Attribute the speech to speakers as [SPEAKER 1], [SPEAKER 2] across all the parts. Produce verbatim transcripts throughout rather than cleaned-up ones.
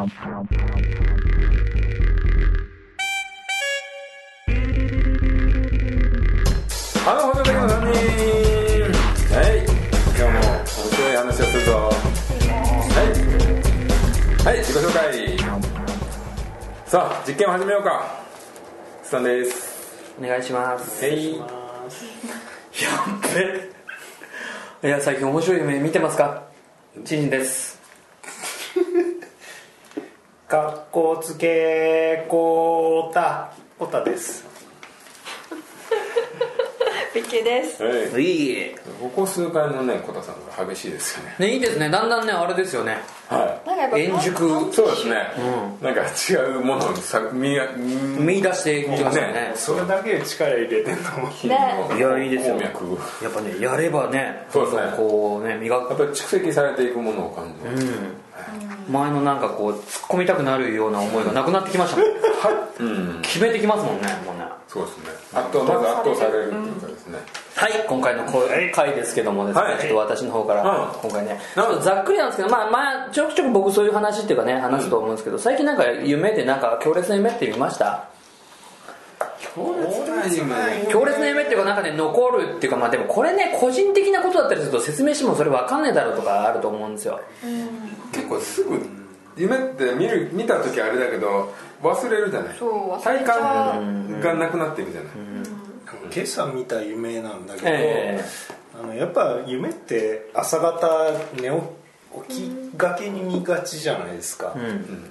[SPEAKER 1] あのほどでのさんにん、はい今日も面白い話をするぞ。はいはい、自己紹介。さあ実験を始めようか。スタンです。
[SPEAKER 2] お願いします。
[SPEAKER 1] はい。
[SPEAKER 2] やっべ。いや最近面白い夢見てますか。チンです。
[SPEAKER 3] かっこつけこーたこたです。
[SPEAKER 4] ビッキーです。
[SPEAKER 1] はい、
[SPEAKER 2] いい
[SPEAKER 1] ここ数回のね、コタさんが激しいですよね。
[SPEAKER 2] ね、いいですね。だんだんね、あれですよね。
[SPEAKER 1] は
[SPEAKER 4] なんかやっぱ
[SPEAKER 2] 円熟、
[SPEAKER 1] そうですね。
[SPEAKER 2] うん、
[SPEAKER 1] なんか違うものをさ見
[SPEAKER 2] 見出していきましたよね。
[SPEAKER 3] それだけで力入れてんのも
[SPEAKER 4] ね。
[SPEAKER 2] いやいいですよ。
[SPEAKER 1] 鉱脈。
[SPEAKER 2] やっぱね、やればね、
[SPEAKER 1] そうですね。
[SPEAKER 2] こうね、磨く。
[SPEAKER 1] やっぱり蓄積されていくものを感じる。
[SPEAKER 2] うん。前のなんかこう突っ込みたくなるような思いがなくなってきましたもん。
[SPEAKER 1] うん。
[SPEAKER 2] 決めてきますもんね、もうね。
[SPEAKER 1] そうですね。圧倒まず圧倒されるっていうことですね。
[SPEAKER 2] はい、今回の回ですけどもですね、はい、ちょっと私の方から、うん、今回ね、ちょっとざっくりなんですけど、まあまあちょくちょく僕そういう話っていうかね話すと思うんですけど、うん、最近なんか夢でなんか強烈な夢って見ました？
[SPEAKER 1] 強烈な夢
[SPEAKER 2] 強烈な夢っていうかなんかね残るっていうか、まあでもこれね個人的なことだったりすると説明してもそれ分かんねえだろうとかあると思うんですよ。
[SPEAKER 4] うん、
[SPEAKER 1] 結構すぐ夢って見る見た時あれだけど忘れるじゃない。体感がなくなっていくじゃない。うんうん、
[SPEAKER 3] 今朝見た夢なんだけど、
[SPEAKER 2] え
[SPEAKER 3] ー、あのやっぱ夢って朝方寝起きがけに見がちじゃないですか、うん、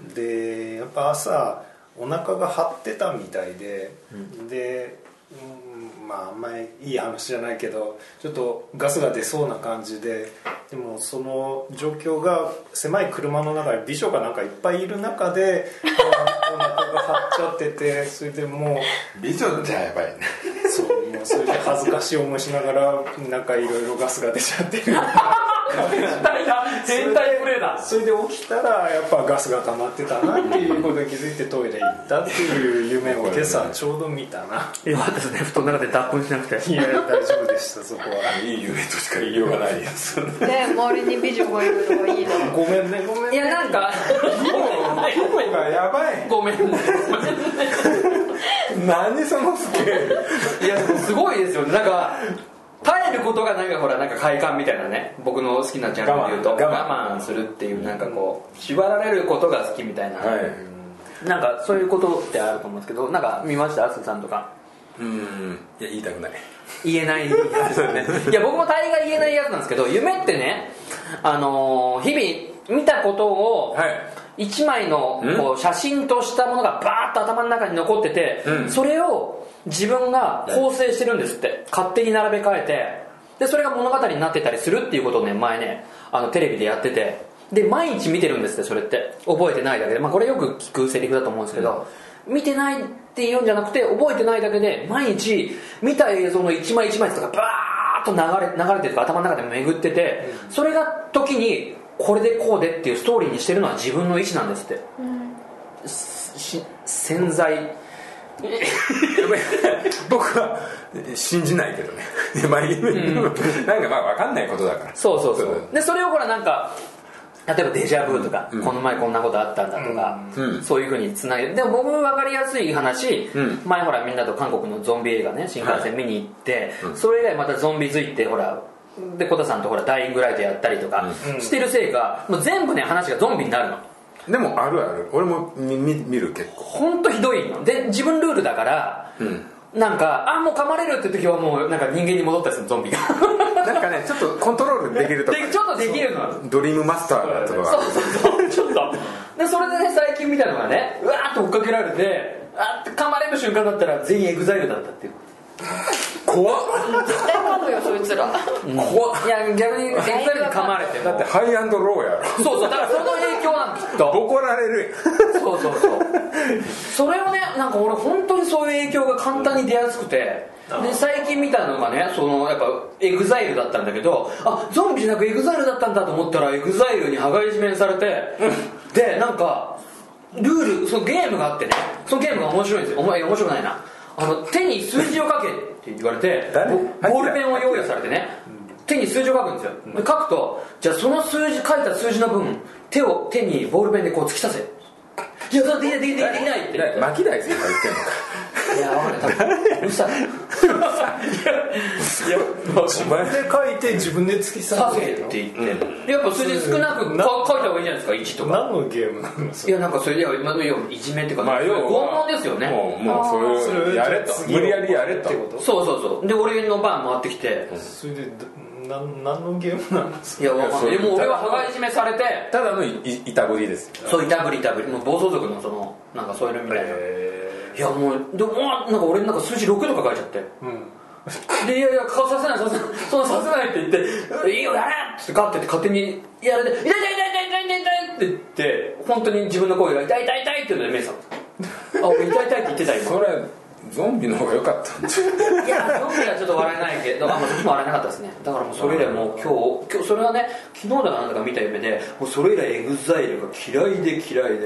[SPEAKER 3] でやっぱ朝お腹が張ってたみたいで、うん、で、うん、まああんまりいい話じゃないけどちょっとガスが出そうな感じで、でもその状況が狭い車の中に美女がなんかいっぱいいる中でお腹が張っちゃってて、それでもう
[SPEAKER 1] 美女じゃやばいね。
[SPEAKER 3] そう、もうそれで恥ずかしい思いしながらなんかいろいろガスが出ちゃってる
[SPEAKER 2] 変態だ、変態プレーだ。
[SPEAKER 3] それで起きたらやっぱガスが溜まってたなっていうことに気づいてトイレ行ったっていう夢を今朝ちょうど見たな。
[SPEAKER 2] よかったですね、布団の中で脱粉しなくて。
[SPEAKER 3] いや大丈夫でした、そこは。
[SPEAKER 1] いい夢としか言いようがないやつね。
[SPEAKER 4] 周りに美女がいるのがいいな。
[SPEAKER 3] ごめんねごめんね。
[SPEAKER 2] いやなんか
[SPEAKER 1] 声がやばい。
[SPEAKER 2] ごめんね
[SPEAKER 1] 何そのスケール。
[SPEAKER 2] いやでもすごいですよね。なんか耐えることがなんかほらなんか快感みたいなね、僕の好きなジャンルで言うと我慢するっていうなんかこう縛られることが好きみたいな、はい、なんかそういうことってあると思うんですけど、なんか見ました？アスさんとか。
[SPEAKER 1] うーん、いや言いたくない。
[SPEAKER 2] 言えないやつね。いや僕も大概言えないやつなんですけど、夢ってね、あのー、日々見たことを、はい、一枚のこう写真としたものがバーッと頭の中に残ってて、うん、それを自分が構成してるんですって、勝手に並べ替えて、でそれが物語になってたりするっていうことをね前ねあのテレビでやってて、で毎日見てるんですって。それって覚えてないだけで、まあこれよく聞くセリフだと思うんですけど、うん、見てないっていうんじゃなくて覚えてないだけで毎日見た映像の一枚一枚とかバーッと流れ流れてるか頭の中で巡ってて、うん、それが時にこれでこうでっていうストーリーにしてるのは自分の意思なんですって、うん、し潜在
[SPEAKER 1] 僕は信じないけどね。まあ、うん、なんかまあ分かんないことだから。
[SPEAKER 2] そうそうそう。でそれをほらなんか例えばデジャブとか、うん、この前こんなことあったんだとか、うん、そういう風につなげる。でも僕分かりやすい話、うん、前ほらみんなと韓国のゾンビ映画ね新幹線見に行って、はい、それ以来またゾンビづいてほらでコタさんとほらダイイングライトやったりとかしてるせいか、もう全部ね話がゾンビになるの。
[SPEAKER 1] でもあるある、俺も 見, 見る結構
[SPEAKER 2] ほんとひどいので、自分ルールだから、うん、なんかあもう噛まれるって時はもうなんか人間に戻ったりするゾンビが
[SPEAKER 1] なんかねちょっとコントロールできるとか
[SPEAKER 2] ちょっとできるの、
[SPEAKER 1] ドリームマスターとか
[SPEAKER 2] そうそうそうちょっとでそれでね最近見たのがね、うわーっと追っかけられてあーって噛まれる瞬間だったら全員エグザイルだったっていう
[SPEAKER 1] 怖っ。
[SPEAKER 4] 絶対噛むよそいつら、
[SPEAKER 2] うん、怖っ。いや逆にエグザイルに噛まれて
[SPEAKER 1] だってハイアンドローやろ。
[SPEAKER 2] そうそう、だからその影響なんきっと
[SPEAKER 1] 怒られる。
[SPEAKER 2] そうそうそうそれをねなんか俺本当にそういう影響が簡単に出やすくて、で最近見たのがねそのやっぱエグザイルだったんだけど、あゾンビじゃなくエグザイルだったんだと思ったらエグザイルに羽交い締めにされて、うん、でなんかルールそのゲームがあってね、そのゲームが面白いんですよ。お前面白くないな、あの手に数字を書けって言われてボールペンを用意されてね、手に数字を書くんですよ。で書くとじゃあその数字書いた数字の分手を手にボールペンでこう突き刺せ、 いやそれできないできないできないって
[SPEAKER 1] 巻き台先輩言ってんのか
[SPEAKER 2] いや分かんない、うるさいいや
[SPEAKER 3] 自分で書いて自分で突き刺
[SPEAKER 2] せって言って、うん、やっぱそれで少なく書いた方がいいじゃないですか、いちとか。
[SPEAKER 3] 何のゲームなのそれ。
[SPEAKER 2] いやなんかそれで今のよういじめっていうか、まあ、拷問ですよね。
[SPEAKER 1] もう、もうそれをやれと、無理やりやれと。
[SPEAKER 2] そうそうそう。で俺の番回ってきて、
[SPEAKER 3] うん、それでな何のゲームなんですか。
[SPEAKER 2] いやわかんない。でも俺は羽交い締めされて、
[SPEAKER 1] ただのいいたぶりです。
[SPEAKER 2] そういたぶりいたぶり、もう暴走族のそのなんかそういうのみたいな。いやもうでもなんか俺なんか数字ろくとか書いちゃって。うん。でいやいや顔させないさせないそんなさせないって言っていいよやれってガッてって勝手にやられて痛い痛い痛い痛い痛い痛いって言って本当に自分の声が痛い痛い痛いっていうので目覚めた。あ俺痛い痛いって言ってた今。
[SPEAKER 1] それゾンビの方が良かったんじゃ。
[SPEAKER 2] いやゾンビはちょっと笑えないけどあもうそっちも笑えなかったですね。だからもうそれ以来もう今日今日それはね昨日だかなんだか見た夢でもうそれ以来エグザイルが嫌いで嫌いで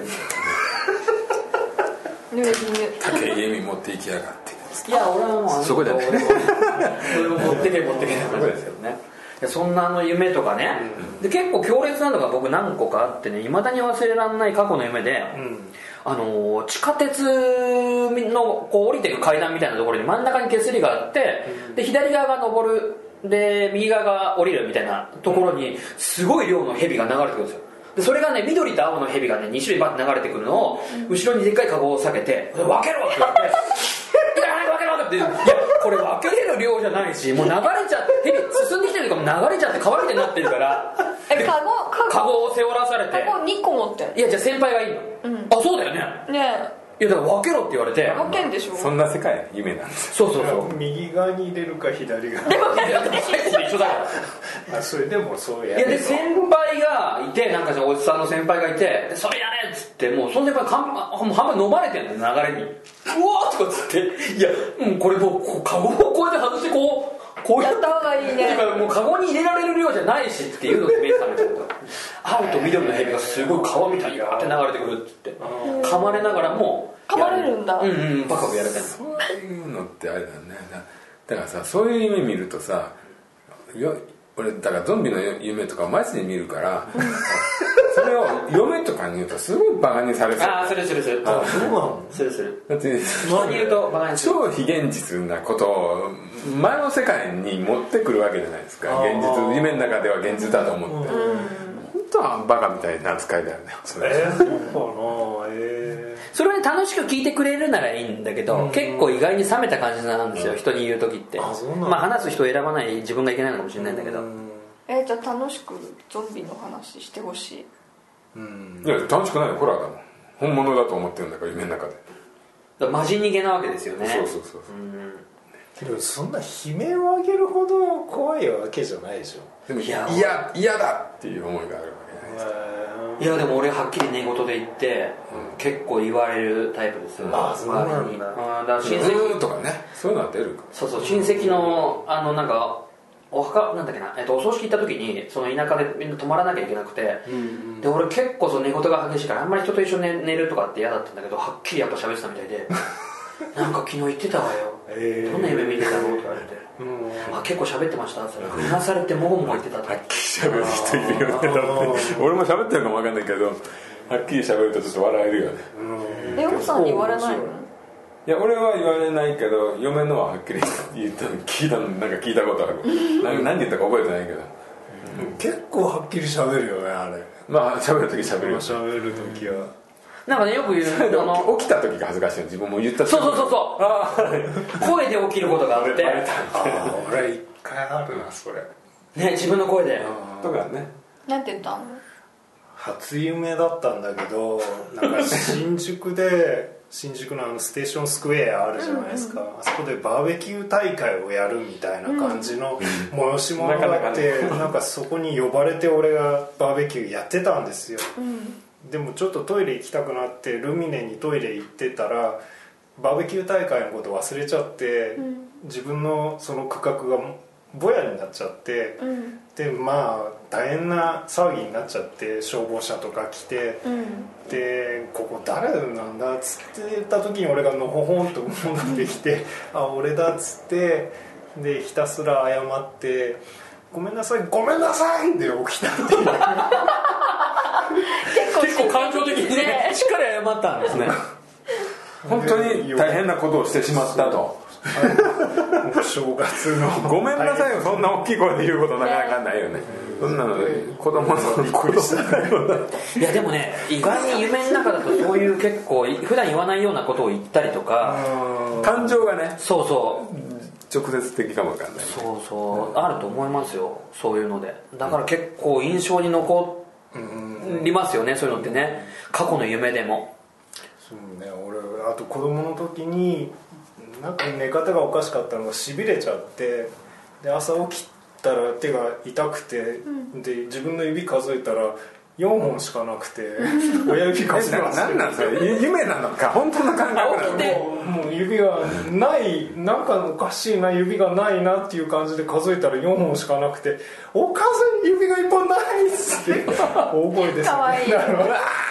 [SPEAKER 1] 竹井絵美持っていきやがって。
[SPEAKER 2] いや俺はもう
[SPEAKER 1] そこでね
[SPEAKER 2] 俺もそれも持ってけ持ってけって感じですけどね。いやそんなあの夢とかね、うん、で結構強烈なのが僕何個かあってねいまだに忘れられない過去の夢で、うん、あの地下鉄のこう降りてる階段みたいなところに真ん中に手すりがあって、うん、で左側が上るで右側が降りるみたいなところにすごい量の蛇が流れてくるんですよ。でそれがね緑と青の蛇がねに種類バッて流れてくるのを、うん、後ろにでっかいカゴを避けて分けろって言っていや分けろっていやこれ分けれる量じゃないしもう流れちゃって蛇進んできてるから流れちゃって川みたいになってるから
[SPEAKER 4] えカゴ
[SPEAKER 2] カゴを背負らされて
[SPEAKER 4] カゴにこ持ってる。
[SPEAKER 2] いやじゃあ先輩がいいの、うん、あそうだよね
[SPEAKER 4] ねえ
[SPEAKER 2] いやだから分けろって言われて
[SPEAKER 4] 分けんでしょ。
[SPEAKER 1] そんな世界夢なんです。
[SPEAKER 2] そうそうそう
[SPEAKER 3] 右側に入れるか左側
[SPEAKER 2] でも一緒だから
[SPEAKER 3] あそれでもそうや
[SPEAKER 2] いやで先輩がいてなんかおじさんの先輩がいてそれやれっつってもうその先輩かんもう半分飲まれてんの流れにうわーとかっつっていやもうこれもうこうカゴをこうやって外してこうこう
[SPEAKER 4] やった方がいいね。
[SPEAKER 2] もうカゴに入れられる量じゃないしっていうので目覚めちゃった青と緑の蛇がすごい川みたいにガーって流れてくるっつって噛まれながらも
[SPEAKER 4] 噛まれるんだ。
[SPEAKER 2] うんうんバカをやれたんだ。
[SPEAKER 1] そういうのってあれだね。だからさそういう夢見るとさよ俺だからゾンビの夢とかマジで見るからそれを嫁とかに言うとすごいバカにされそう。
[SPEAKER 2] ああするするする
[SPEAKER 3] あそうなの
[SPEAKER 2] するする
[SPEAKER 1] だって
[SPEAKER 2] 人に言うとバカにする
[SPEAKER 1] 超非現実なことを前の世界に持ってくるわけじゃないですか。現実夢の中では現実だと思って本当はバカみたいな扱いだよねそれ。
[SPEAKER 3] えー、そうかなえー
[SPEAKER 2] それは、ね、楽しく聞いてくれるならいいんだけど、うん、結構意外に冷めた感じなんですよ、うん、人に言う時って。あまあ話す人を選ばない自分がいけないのかもしれないんだけど、うん、
[SPEAKER 4] えー、じゃあ楽しくゾンビの話してほしい。
[SPEAKER 1] うん、いや楽しくないよホラーだもん本物だと思ってるんだから夢の中で
[SPEAKER 2] だマジ逃げなわけですよね。
[SPEAKER 1] そうそうそうそう、
[SPEAKER 3] うん、でもそんな悲鳴を上げるほど怖いわけじゃないでしょ。
[SPEAKER 1] でも嫌だっていう思いがあるわけじゃないですか。
[SPEAKER 2] いやでも俺はっきり寝言で言って、うん、結構言われるタイプですよ。
[SPEAKER 3] ああそうなんだ。
[SPEAKER 2] あだから親戚
[SPEAKER 1] とかねそういうのは出るか。
[SPEAKER 2] そうそう親戚のあのなんかお墓なんだっけな、えっと、お葬式行った時にその田舎でみんな泊まらなきゃいけなくて、うんうん、で俺結構その寝言が激しいからあんまり人と一緒に寝るとかって嫌だったんだけどはっきりやっぱ喋ってたみたいでなんか昨日言ってたわよ、えー、どんな夢見てたのとか言われて、うん、あ結構喋ってましたって言ったらうなされてもごもご言ってたと。
[SPEAKER 1] はっきり喋る人いるよね俺も喋ってるかも分かんないけどはっきり喋るとちょっと笑えるよね。
[SPEAKER 4] え奥さんに言われないの？
[SPEAKER 1] いや俺は言われないけど嫁のははっきり言ったの聞いたのなんか聞いたことある何, 何言ったか覚えてないけど、
[SPEAKER 3] うん、結構はっきり喋るよねあれ。
[SPEAKER 1] まあ喋るとき喋るよ。
[SPEAKER 3] 喋るときは
[SPEAKER 2] なんかねよく言うあ
[SPEAKER 1] の起きた時が恥ずかしいの自分も言った時
[SPEAKER 2] そうそうそうそう声で起きることがあって
[SPEAKER 3] あ俺一回あるなそれ
[SPEAKER 2] ね自分の声で
[SPEAKER 1] とかね。
[SPEAKER 4] なんて言ったの？
[SPEAKER 3] 初夢だったんだけどなんか新宿で新宿のあのステーションスクエアあるじゃないですか、うんうん、あそこでバーベキュー大会をやるみたいな感じの催し物があって、うん、なんかそこに呼ばれて俺がバーベキューやってたんですよ、うん、でもちょっとトイレ行きたくなってルミネにトイレ行ってたらバーベキュー大会のこと忘れちゃって、うん、自分のその区画がぼやになっちゃって、うん、でまあ大変な騒ぎになっちゃって消防車とか来て、うん、でここ誰なんだっつって言った時に俺がのほほんと戻ってきてあ俺だっつってでひたすら謝ってごめんなさいごめんなさいって起きたっていう結
[SPEAKER 2] 結構感情的にねしっかり謝ったんですね
[SPEAKER 1] 本当に大変なことをしてしまったと
[SPEAKER 3] 正月の
[SPEAKER 1] ごめんなさいよ、そんな大きい声で言うことなかなかないよね。そんなの子供のびっくりした
[SPEAKER 2] いやでもね、意外に夢の中だとそういう結構普段言わないようなことを言ったりとか、
[SPEAKER 1] 感情がね、
[SPEAKER 2] そうそう
[SPEAKER 1] 直接的かもわかんない、ね、
[SPEAKER 2] そうそう、あると思いますよ、そういうので。だから結構印象に残りますよね、そういうのってね、過去の夢でも。
[SPEAKER 3] そうね、俺あと子供の時になんか寝方がおかしかったのがしびれちゃって、で朝起きたら手が痛くて、うん、で自分の指数えたらよんほんしかなくて、親指数えました。
[SPEAKER 1] 何なんそれ、夢なのか本当の感覚なのか。
[SPEAKER 3] もう、もう指がない、なんかおかしいな、指がないなっていう感じで数えたらよんほんしかなくて、おかず指がいっぽんないっつって大声ですね。かわいい。だから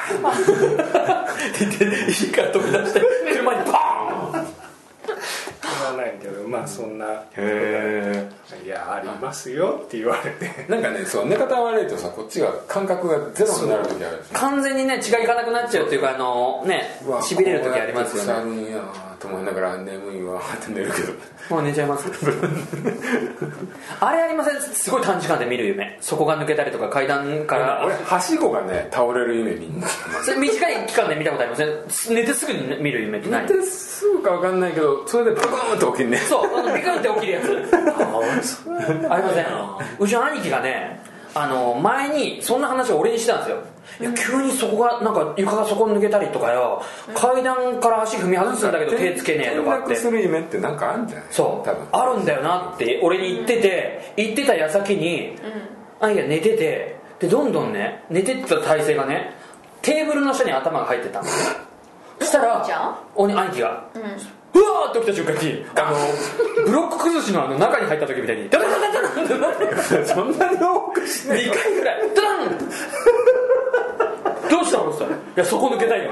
[SPEAKER 2] 火から飛び出して車にパーン
[SPEAKER 3] ないけど、まあそんな、
[SPEAKER 1] へ
[SPEAKER 3] いやありますよって言われて、
[SPEAKER 1] なんかね、そう寝方悪いとさ、こっちが感覚がゼロになる時あるでしょ。
[SPEAKER 2] 完全にね血がいかなくなっちゃうっていうか、あのねしびれる時ありますよね。
[SPEAKER 1] 腐るんやと思いながら眠いわって寝るけど
[SPEAKER 2] もう寝ちゃいますあれありません？すごい短時間で見る夢、底が抜けたりとか階段から
[SPEAKER 1] 俺はしごがね倒れる夢見んの
[SPEAKER 2] それ短い期間で見たことありません？寝てすぐに見る夢って何？
[SPEAKER 1] 寝てすぐか分かんないけど、それでブクーンって起きるね。
[SPEAKER 2] そう、あのビクンって起きるやつありません？うちの兄貴がね、あの前にそんな話を俺にしてたんですよ。いや急にそこがなんか床が底抜けたりとかよ、階段から足踏み外すんだけど手つけねえとかって、
[SPEAKER 1] 転落する夢ってなんかあるんじゃない？
[SPEAKER 2] そう
[SPEAKER 1] 多分
[SPEAKER 2] あるんだよなって俺に言ってて、言ってた矢先に、あいや寝てて、でどんどんね寝てた体勢がねテーブルの下に頭が入ってたの。そしたらおに兄貴が、うん、うわーって起きた瞬間にあのブロック崩しのあの中に入った時みたいにダダダダダダダ
[SPEAKER 1] そんなに多くしない
[SPEAKER 2] にかいぐらいダダンどうしたのって言ったら、いやそこ抜けたいよ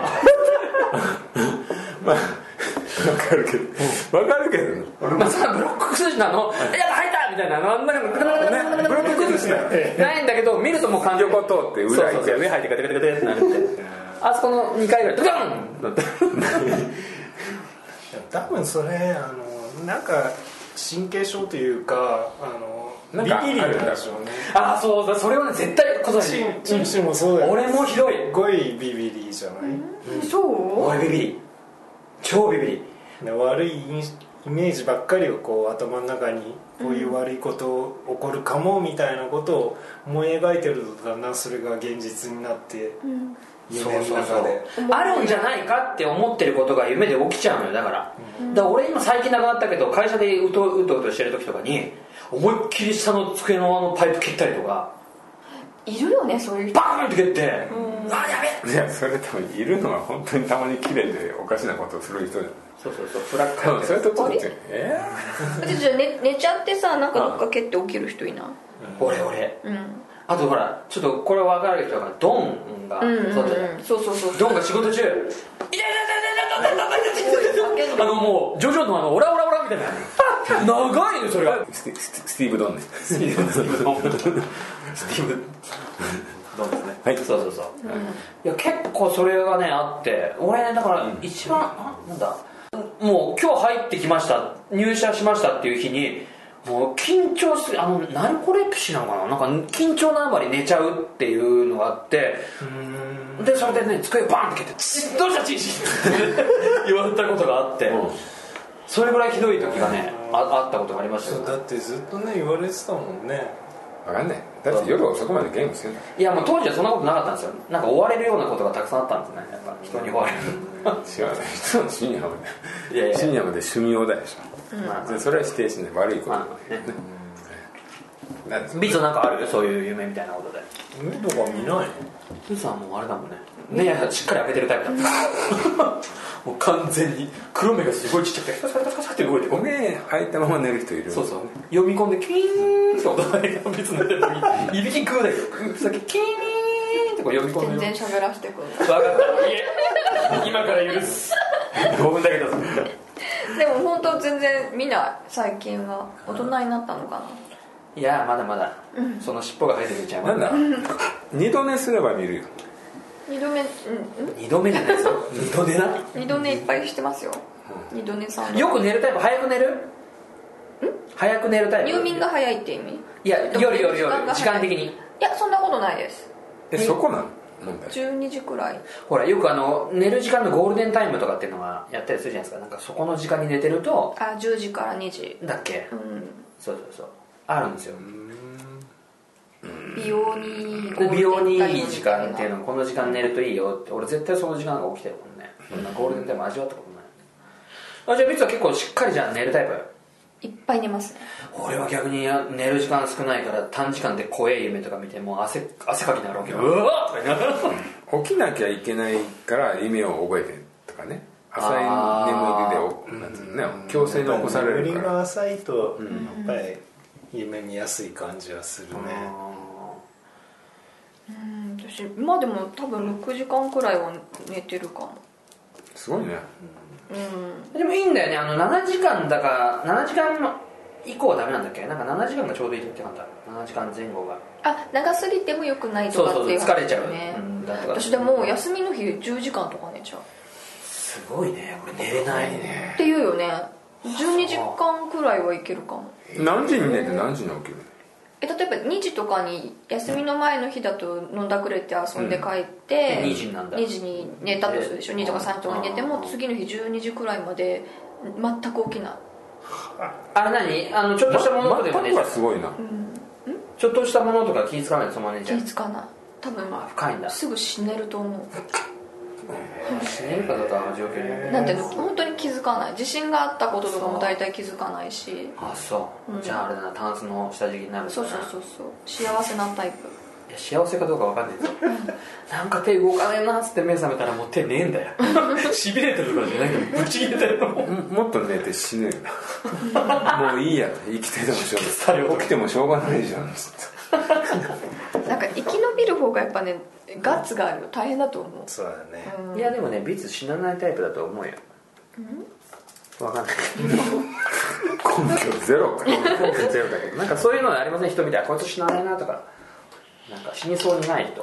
[SPEAKER 1] まあ分かるけど分かるけど、ね、
[SPEAKER 2] 俺まあさブロック崩しなの、いや入ったみたいなのあんなの
[SPEAKER 1] ね、ブロック崩し
[SPEAKER 2] ないんだけど、見るともう感情
[SPEAKER 1] 横通って裏行って
[SPEAKER 2] 上入ってガテガテガテってなるみたいな、あそこのにかいぐらいドカン
[SPEAKER 3] 多分それあのなんか神経症というか、あの
[SPEAKER 1] なんか
[SPEAKER 3] ビビりなんでしょうね。
[SPEAKER 2] ああそうだ、それはね絶対ことだ
[SPEAKER 3] しチンチンもそうだよ。
[SPEAKER 2] 俺もひどい。
[SPEAKER 3] すごいビビりじゃない？
[SPEAKER 4] うん、そう？
[SPEAKER 2] 俺ビビり、超ビビり。
[SPEAKER 3] 悪いイメージばっかりをこう頭の中にこういう悪いこと起こるかもみたいなことを思い描いてるとだんだんそれが現実になって、うん、夢の中で
[SPEAKER 2] そうそうそうあるんじゃないかって思ってることが夢で起きちゃうのよ。だから、うん、だから俺今最近亡くなったけど、会社でうとうとうとしてる時とかに思いっきり下の机のあのパイプ切ったりとか
[SPEAKER 4] いるよね、そういう人
[SPEAKER 2] バーンって蹴って、うん、あやべ
[SPEAKER 1] え、いやそれ多分いるのは本当にたまに綺麗でおかしなことをする人じゃん。
[SPEAKER 2] そうそうそう、フラッカー
[SPEAKER 1] それとちょっとえ
[SPEAKER 4] ー、じゃあ 寝, 寝ちゃってさ、なんかどっか蹴って起きる人いない？
[SPEAKER 2] 俺俺、
[SPEAKER 4] うん、
[SPEAKER 2] あとほらちょっとこれ分かる人がドンが、
[SPEAKER 4] うんうんうん、そうそうそう
[SPEAKER 2] ドンが仕事中痛い痛い痛い痛い痛い痛いあのもうジョジョのあのオラオラオラみたいな長いねそれが。
[SPEAKER 1] ステスティーブ・ドンね。
[SPEAKER 2] スティーブ・ドンスティーブ・ドンですね。はい、そうそうそう、うん、いや結構それがねあって、俺ねだから一番、うん、なんだもう今日入ってきました、入社しましたっていう日にもう緊張する、あのナルコレプシーなのかな、なんか緊張のあまり寝ちゃうっていうのがあって、うーんでそれでね机をバーンって蹴って「どうしたチンチン」って言われたことがあって、うん、それぐらいひどい時がね あ, あったことがありましたよ。
[SPEAKER 3] だってずっとね言われてたもんね。
[SPEAKER 1] 分かんない、だって夜遅くまでゲームしてんだ。
[SPEAKER 2] いやもう当時はそんなことなかったんですよ。なんか追われるようなことがたくさんあったんですね、やっぱ人に追われる
[SPEAKER 1] 知らない人の深夜までいやいや深夜まで趣味用だでしょ、うんまあ、それは否定しない、悪いこと、まあね
[SPEAKER 2] うん、ビーツなんかある？そういう夢みたいなことで。
[SPEAKER 3] 夢とか見ないの？
[SPEAKER 2] ビーツはもうあれだもんね、目やしっかり開けてるタイプだったもう完全に黒目がすごいちっちゃくてカチャカチャカチャって動いて、
[SPEAKER 1] 目開いたまま寝る人いる。
[SPEAKER 2] そうそう、読み込んでキーンって音が別に寝てる時いびき食うだけどさっきキーンってこう読み込んで
[SPEAKER 4] 全然喋らせてくる。
[SPEAKER 2] 分かった、いえ今から許すごふんだけど
[SPEAKER 4] でも本当全然見ない、最近は。大人になったのかな。
[SPEAKER 2] いやまだまだ、うん、その尻尾が生えてきちゃう。
[SPEAKER 1] なんだ二度寝すれば見るよ。
[SPEAKER 4] 二度目、うん、
[SPEAKER 2] 二度目じゃないですよ二度寝な
[SPEAKER 4] 二度寝いっぱいしてますよ。二度寝さん
[SPEAKER 2] よく寝るタイプ？早く寝る？ん早く寝るタイプ？
[SPEAKER 4] 入眠が早いって意味？
[SPEAKER 2] いや夜夜夜時間的に。
[SPEAKER 4] いやそんなことないです。
[SPEAKER 1] えそこなの問題？
[SPEAKER 4] じゅうにじくらい。
[SPEAKER 2] ほらよくあの寝る時間のゴールデンタイムとかっていうのがやったりするじゃないですか。なんかそこの時間に寝てると
[SPEAKER 4] あじゅうじからにじ
[SPEAKER 2] だっけ、
[SPEAKER 4] うん、
[SPEAKER 2] そうそうそうあるんですよ。
[SPEAKER 4] 美容に
[SPEAKER 2] 美容にいい時間っていうのはこの時間寝るといいよって。俺絶対その時間が起きてるもんね。そんなゴールデンタイム味わったことない。あじゃあビッツは結構しっかりじゃあ寝るタイプ？
[SPEAKER 4] いっぱい寝ますね。
[SPEAKER 2] 俺は逆に寝る時間少ないから短時間で怖い夢とか見てもう汗汗かきながら起きる。うわーとか言いながら
[SPEAKER 1] 起きなきゃいけないから夢を覚えてとかね。浅い眠りでなんつうのね、強制に起こされるから。
[SPEAKER 3] 眠りが浅いとやっぱり夢見やすい感じはするね。
[SPEAKER 4] うん私まあでも多分ろくじかんくらいは寝てるかも。
[SPEAKER 1] すごいね。
[SPEAKER 4] うん
[SPEAKER 2] でもいいんだよね。あのななじかんだかななじかん以降はダメなんだっけ？なんかななじかんがちょうどいいって言ってなかった。ななじかんぜん後が
[SPEAKER 4] あ長すぎてもよくないとかっていう
[SPEAKER 2] そうそう疲れちゃう、
[SPEAKER 4] ね、
[SPEAKER 2] うん、だ
[SPEAKER 4] 私でも休みの日じゅうじかんとか寝ちゃう。
[SPEAKER 2] すごいね。俺寝れないね
[SPEAKER 4] っていうよね。じゅうにじかんくらいはいけるかも。
[SPEAKER 1] 何時に寝て何時に起きる？
[SPEAKER 4] え例えばにじとかに休みの前の日だと飲んだくれて遊んで帰って、
[SPEAKER 2] うん、にじになんだ
[SPEAKER 4] にじに寝たとするでしょ。にじとかさんじとかに寝ても次の日じゅうにじくらいまで全く起きない。
[SPEAKER 2] あれ何あのちょっとしたものとかでも寝ちゃう。
[SPEAKER 1] すごいな、
[SPEAKER 4] うん、
[SPEAKER 2] ちょっとしたものとか気ぃ付かないでそのまま寝ちゃう。
[SPEAKER 4] 気付かない。多分
[SPEAKER 2] あ深いんだ。
[SPEAKER 4] すぐ死ねると思う。
[SPEAKER 2] 死ねるかどうかは状況による。
[SPEAKER 4] なんていうの本当に気づかない。地震があったこととかも大体気づかないし。
[SPEAKER 2] あそう、うん、じゃああれだなタンスの下敷きになるんだな。
[SPEAKER 4] そうそうそうそう幸せなタイプ。
[SPEAKER 2] いや幸せかどうか分かんないですよなんか手動かねえなっつって目覚めたらもう手ねえんだよしびれてるとかじゃないけどぶち切れてるの
[SPEAKER 1] もっと寝て死ぬよなもういいや生きててもしょうがない起きてもしょうがないじゃんつって
[SPEAKER 4] なんか生き延びる方がやっぱねガッツがあるよ。大変だと思う。
[SPEAKER 3] そうだね、
[SPEAKER 4] うん、
[SPEAKER 2] いやでもねビツ死なないタイプだと思うよ。分かんない
[SPEAKER 1] 根拠ゼロか
[SPEAKER 2] 根拠ゼロだけどなんかそういうのありません？人見てこいつ死なないなとかなんか死にそうにない人。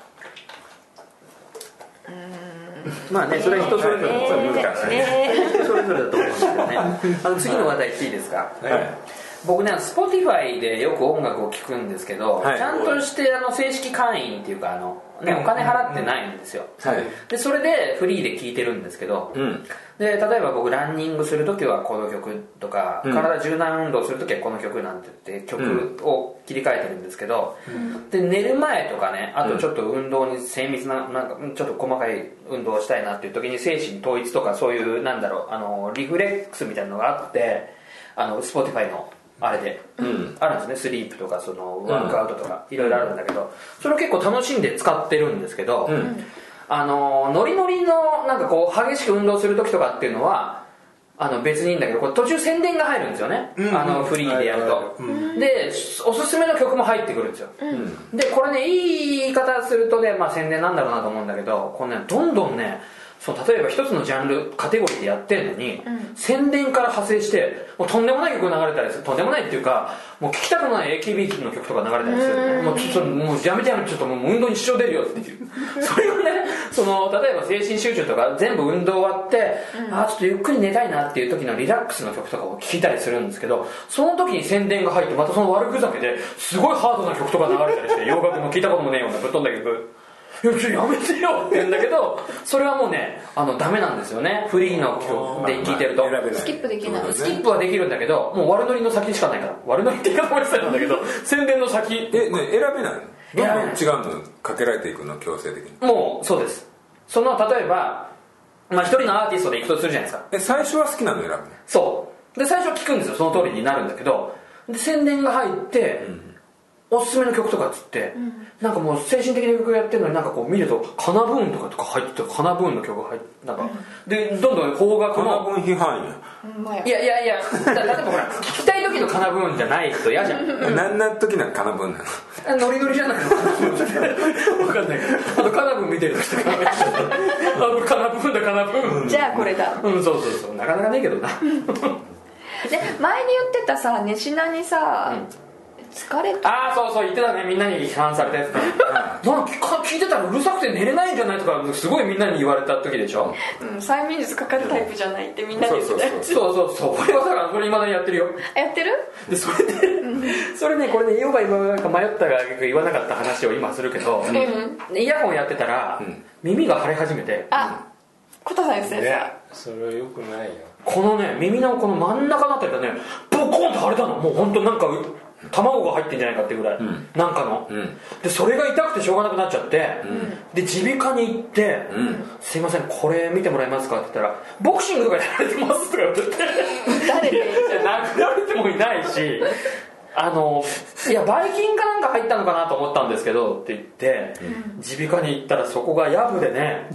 [SPEAKER 2] うんまあねそれは人それぞれ、えー、難しい、ね、人それぞれだと思うんですけどねあの次の話題言っていいですか？はい僕ね Spotify でよく音楽を聴くんですけど、はい、ちゃんとしてあの正式会員っていうかあの、ね、お金払ってないんですよ、はい、でそれでフリーで聴いてるんですけど、うん、で例えば僕ランニングするときはこの曲とか、うん、体柔軟運動するときはこの曲なんて言って曲を切り替えてるんですけど、うん、で寝る前とかねあとちょっと運動に精密な、なんかちょっと細かい運動をしたいなっていう時に精神統一とかそういうなんだろうあのリフレックスみたいなのがあってあの Spotify のあれで、うん、あるんですね。スリープとかそのワークアウトとかいろいろあるんだけどそれを結構楽しんで使ってるんですけど、うん、あのノリノリのなんかこう激しく運動する時とかっていうのはあの別にいいんだけどこれ途中宣伝が入るんですよね、うん、あのフリーでやると、うん、でおすすめの曲も入ってくるんですよ、うん、でこれねいい言い方するとね、まあ、宣伝なんだろうなと思うんだけどこの、ね、どんどんねそう例えば一つのジャンルカテゴリーでやってるのに、うん、宣伝から派生してもうとんでもない曲が流れたりする。とんでもないっていうかもう聴きたくない エーケービー の曲とか流れたりする、もうちょっともうやめてやめてちょっともう運動に支障出るよっていうそれがねその例えば精神集中とか全部運動終わって、うん、あちょっとゆっくり寝たいなっていう時のリラックスの曲とかを聴いたりするんですけどその時に宣伝が入ってまたその悪ふざけですごいハードな曲とか流れたりして洋楽の聴いたこともねえようなぶっ飛んだ曲いやちょっとやめてよって言うんだけどそれはもうねあのダメなんですよね。フリーの曲で聴いてると
[SPEAKER 4] スキップできない。
[SPEAKER 2] スキップはできるんだけどもう悪ノリの先しかないから悪ノリって言い方も失礼なんだけど宣伝の先
[SPEAKER 1] え、ね、選べないどんどん違うのかけられていくの強制的に。
[SPEAKER 2] もうそうです。その例えばまあ一人のアーティストで行くとするじゃないですか。
[SPEAKER 1] え最初は好きなの選ぶね。
[SPEAKER 2] そうで最初は聴くんですよ。その通りになるんだけどで宣伝が入って、うんおすすめの曲とかっつって、うん、なんかもう精神的な曲やってるのになんかこう見るとカナブーンとかとか入っててカナブーンの曲が入ってなんか、うん、でどんどん邦楽の
[SPEAKER 1] カナブーン批判
[SPEAKER 2] やいやいやいや例えばほら聴きたい時のカナブーンじゃないと嫌じゃん
[SPEAKER 1] 何な時のカナブーンなの
[SPEAKER 2] ノリノリじゃなくてカナブーン分かんないけどあとカナブーン見てる人があのカナブーンだカナブーン
[SPEAKER 4] じゃあこれだ
[SPEAKER 2] うんそうそうそうなかなかねえけどなで前に言
[SPEAKER 4] ってたさ寝しなにさ、うん疲れた
[SPEAKER 2] ああそうそう言ってたねみんなに批判されたやつだなんか聞聞いてたらうるさくて寝れないんじゃないとかすごいみんなに言われた時でしょ、
[SPEAKER 4] うん、催眠術かかるタイプじゃないってみんなで言ってたやつ。
[SPEAKER 2] そうそうそう、俺はだからそれ未だにやってるよ。
[SPEAKER 4] やってる
[SPEAKER 2] でそれでそれね、これね言おうか言わないか迷ったが言わなかった話を今するけど、うん、イヤホンやってたら、うん、耳が腫れ始めて、
[SPEAKER 4] あ、コタさんですね。
[SPEAKER 3] いやそれはよくないよ。
[SPEAKER 2] このね耳のこの真ん中のあたりがねボコンと腫れたの。もう本当なんか卵が入ってんじゃないかっていうぐらい、うん、なんかの、うん、でそれが痛くてしょうがなくなっちゃって、うん、で耳鼻科に行って、うん、すいませんこれ見てもらえますかって言ったらボクシングとかやられてますとか言って
[SPEAKER 4] 誰で
[SPEAKER 2] 殴られてもいないし、あのいやバイキンかなんか入ったのかなと思ったんですけどって言って耳鼻科に行ったらそこがヤブでね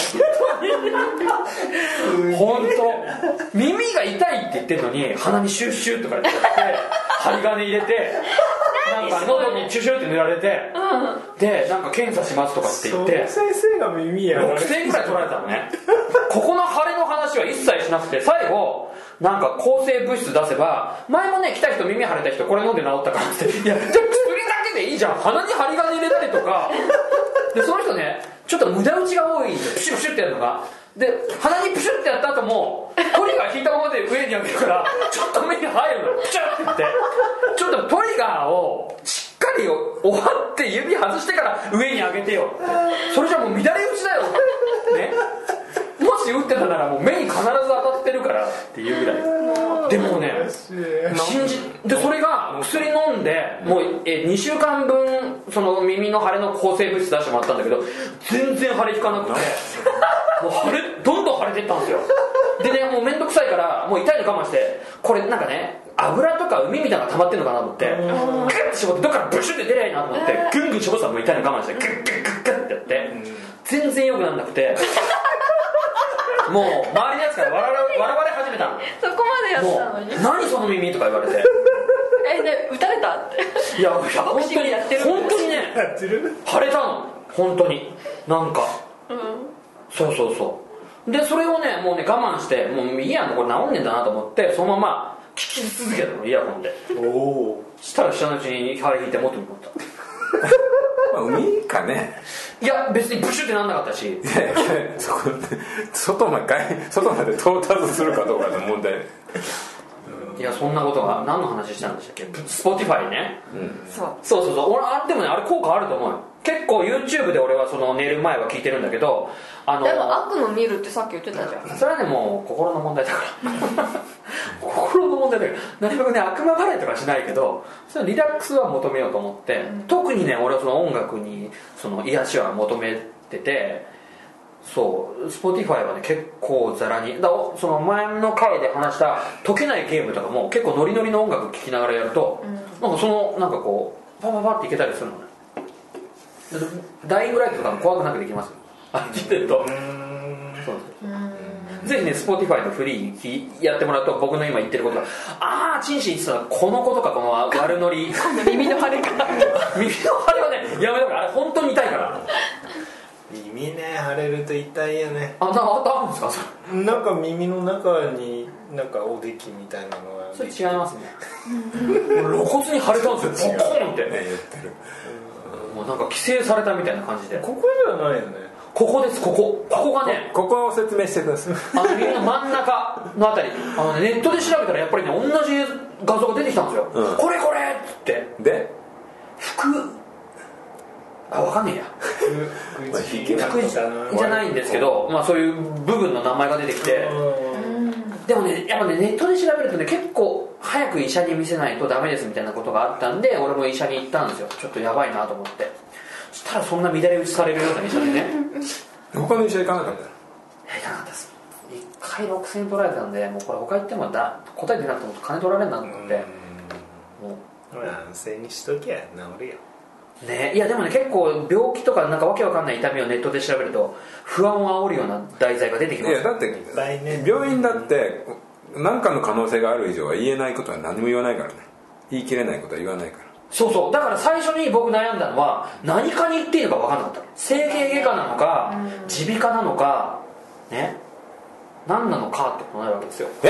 [SPEAKER 2] 本当耳が痛いって言ってるのに鼻にシュッシュッとかやって針金入れてなんか喉にチュシュって塗られて、うん、でなんか検査しますとかって言って
[SPEAKER 3] 先生が耳やられて
[SPEAKER 2] ろくせんえんぐらい取られたのねここの腫れの話は一切しなくて最後なんか抗生物質出せば前もね来た人耳腫れた人これ飲んで治ったからっていやじゃあ薬だけでいいじゃん鼻に針金入れたりとかでその人ねちょっと無駄打ちが多いんですよプシュプシュってやるのがで鼻にプシュってやった後もトリガー引いたままで上に上げるからちょっと目に入るのプシュって言ってちょっとトリガーをしっかり終わって指外してから上に上げてよそれじゃもう乱れ打ちだよねもし打ってたならもう目に必ず当たってるからっていうぐらいでもね信じでそれが薬飲んでもうえにしゅうかんぶんその耳の腫れの抗生物質出してもらったんだけど全然腫れ引かなくてもう腫れどんどん腫れていったんですよでねもうめんどくさいからもう痛いの我慢してこれなんかね油とか海みたいなのが溜まってんのかなと思ってグッて絞ってどっからブシュって出りゃいいなと思ってグングン絞ってたらもう痛いの我慢してグッグッグッグッってやって全然良くならなくてもう周りのやつから笑われ始めたの
[SPEAKER 4] そこまでやったのに
[SPEAKER 2] 何その耳とか言われて
[SPEAKER 4] えで撃たれたって
[SPEAKER 2] いやいや本当に本当にね腫れたの本当になんか、うん、そうそうそうでそれをねもうね我慢してもういいやんこれ治んねえんだなと思ってそのまま聞き続けたのイヤホンでおおしたら下のうちに腫れ引いて元に戻った
[SPEAKER 1] 海かね
[SPEAKER 2] いや別にブシュってなんなかったしいやいや
[SPEAKER 1] そこ外まで外まで到達するかどうかの問題
[SPEAKER 2] いやそんなことが何の話したんでしたっけ Spotify ね、うん、そうそうそうそう俺あれでもねあれ効果あると思うよ結構 YouTube で俺はその寝る前は聞いてるんだけどあの
[SPEAKER 4] でも悪夢見るってさっき言ってたじゃん
[SPEAKER 2] それはねもう心の問題だから心の問題だからなるべくね悪魔払いとかしないけどそのリラックスは求めようと思って、うん、特にね俺はその音楽にその癒しは求めててそう Spotify はね結構ザラにだその前の回で話した解けないゲームとかも結構ノリノリの音楽聴きながらやると、うん、なんかそのなんかこうパパパっていけたりするのねダイイングライトとかも怖くなくできますあ聞いてるとそうですぜひね Spotify のフリーやってもらうと僕の今言ってることがああチンシン言ってたこのことかこの悪ノリ
[SPEAKER 4] 耳の腫れか
[SPEAKER 2] 耳の腫れはねやめろあれ本当に痛いから
[SPEAKER 3] 耳ね腫れると痛いよね
[SPEAKER 2] あ、なんかあるんですかそ
[SPEAKER 3] れなんか耳の中になんかおできみたいなのが
[SPEAKER 2] それ違いますね露骨に腫れたんですよボコーンって、ね、言ってるもうなんか規制されたみたいな感じで
[SPEAKER 3] ここではないよね
[SPEAKER 2] ここですここここがね
[SPEAKER 1] ここを説明してください
[SPEAKER 2] あの耳の真ん中のあたりあの、ね、ネットで調べたらやっぱりね同じ画像が出てきたんですよ、うん、これこれっつって
[SPEAKER 1] で
[SPEAKER 2] 服あ分かんねえや服じゃないんですけど、まあ、そういう部分の名前が出てきてでもねやっぱねネットで調べるとね結構早く医者に見せないとダメですみたいなことがあったんで俺も医者に行ったんですよちょっとやばいなと思ってそしたらそんな乱れ打ちされるような医者でね
[SPEAKER 1] 他の医者行かなかったの？
[SPEAKER 2] 行かなかったですいっかいろくせんえん取られたんでもうこれ他行ってもだ答えてなくても金取られるなと思っても
[SPEAKER 3] う安静にしときゃ治るよ
[SPEAKER 2] ね、いやでもね結構病気とかなんかわけわかんない痛みをネットで調べると不安を煽るような題材が出てきます。
[SPEAKER 1] いやだって病院だって何かの可能性がある以上は言えないことは何も言わないからね言い切れないことは言わないから
[SPEAKER 2] そうそうだから最初に僕悩んだのは何かに言っていいのか分かんなかった整形外科なのか耳鼻科なのかね何なのかってことになるわけですよ
[SPEAKER 1] え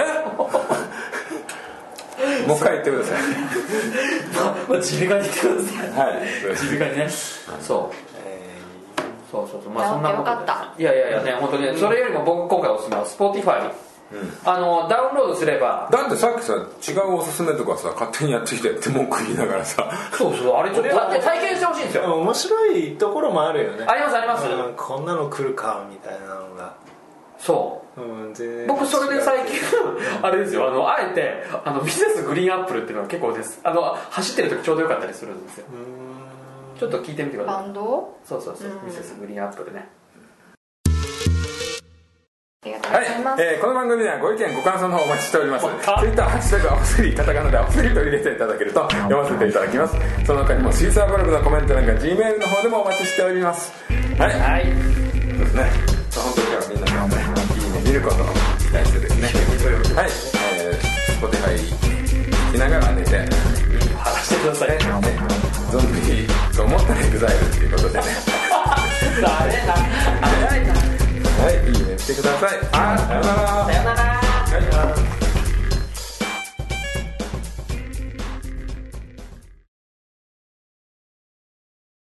[SPEAKER 1] もう一回言ってください
[SPEAKER 2] まあ耳鼻科に言ってください
[SPEAKER 1] はい
[SPEAKER 2] 耳鼻科にねそう、
[SPEAKER 3] えー、
[SPEAKER 2] そうそうそう、まあそんなことで
[SPEAKER 4] よかった。
[SPEAKER 2] いやいやいやね、本当にね、それよりも僕今回おすすめは Spotify、うん、あのダウンロードすれば。
[SPEAKER 1] だってさっきさ違うおすすめとかさ勝手にやってきてって文句言いながらさ
[SPEAKER 2] そうそう、あれちょっとだって体験してほしいんですよ。
[SPEAKER 3] 面白いところもあるよね。
[SPEAKER 2] ありますあります、
[SPEAKER 3] うん、こんなの来るかみたいなのが。
[SPEAKER 2] そう、
[SPEAKER 3] うん、全然
[SPEAKER 2] 僕それで最近あれですよ、あのあえてあのミセスグリーンアップルっていうのが結構です、あの走ってる時ちょうどよかったりするんですよ。ちょっと聞いてみてください。
[SPEAKER 4] バンド？
[SPEAKER 2] そうそうそう、ミセスグリーンアップルね。
[SPEAKER 4] ありがとうございます。
[SPEAKER 1] はい、えー、この番組ではご意見ご感想の方お待ちしております。ツイッターハッシュタグアプリカタカナでアプリと入れていただけると読ませていただきます。その他にもシーサーブログのコメント欄か G メールの方でもお待ちしております。はい、はい、そうですね、本当に今日はみんなのねいいね見ることを期待してですね、はい、えー、Spotify 聞きながら寝て
[SPEAKER 2] 話してくださいね。
[SPEAKER 1] ゾンビと思ったらエグザイルっていうことでね
[SPEAKER 2] ダメな早いな。
[SPEAKER 1] はい、いいねしてください。あ、さよなら。
[SPEAKER 2] さよなら。